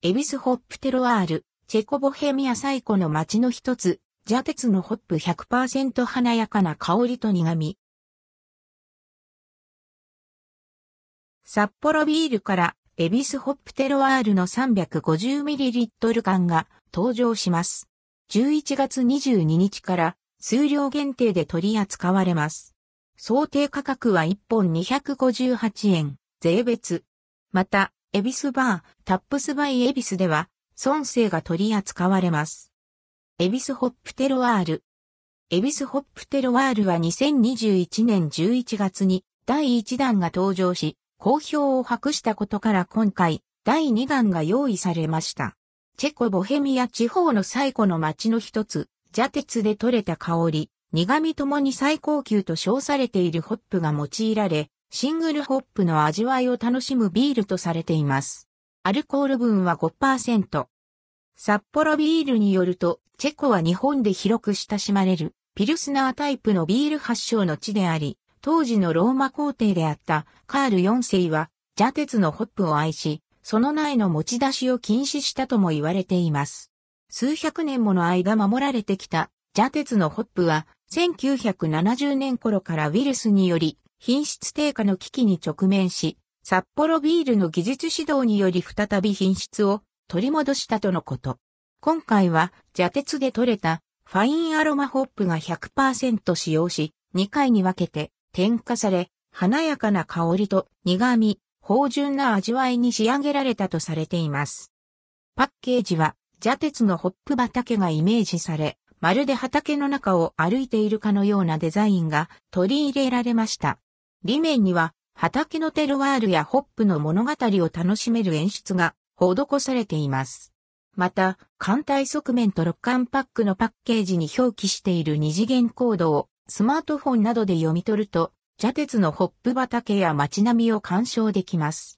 エビスホップテロワール、チェコボヘミア最古の町の一つ、蛇鉄のホップ 100% 華やかな香りと苦味。札幌ビールからエビスホップテロワールの 350ml 缶が登場します。11月22日から数量限定で取り扱われます。想定価格は1本258円、税別。また、エビスバー、タップスバイエビスでは、村生が取り扱われます。エビスホップテロワール。エビスホップテロワールは2021年11月に第1弾が登場し、好評を博したことから今回、第2弾が用意されました。チェコボヘミア地方の最古の町の一つ、蛇鉄で採れた香り、苦味ともに最高級と称されているホップが用いられ、シングルホップの味わいを楽しむビールとされています。アルコール分は 5%。札幌ビールによると、チェコは日本で広く親しまれるピルスナータイプのビール発祥の地であり、当時のローマ皇帝であったカール4世は蛇鉄のホップを愛し、その苗の持ち出しを禁止したとも言われています。数百年もの間守られてきた蛇鉄のホップは1970年頃からウイルスにより品質低下の危機に直面し、札幌ビールの技術指導により再び品質を取り戻したとのこと。今回は蛇鉄で採れたファインアロマホップが 100% 使用し、2回に分けて添加され、華やかな香りと苦味、芳醇な味わいに仕上げられたとされています。パッケージは蛇鉄のホップ畑がイメージされ、まるで畑の中を歩いているかのようなデザインが取り入れられました。裏面には畑のテロワールやホップの物語を楽しめる演出が施されています。また、艦隊側面と6缶パックのパッケージに表記している二次元コードをスマートフォンなどで読み取ると、蛇鉄のホップ畑や街並みを鑑賞できます。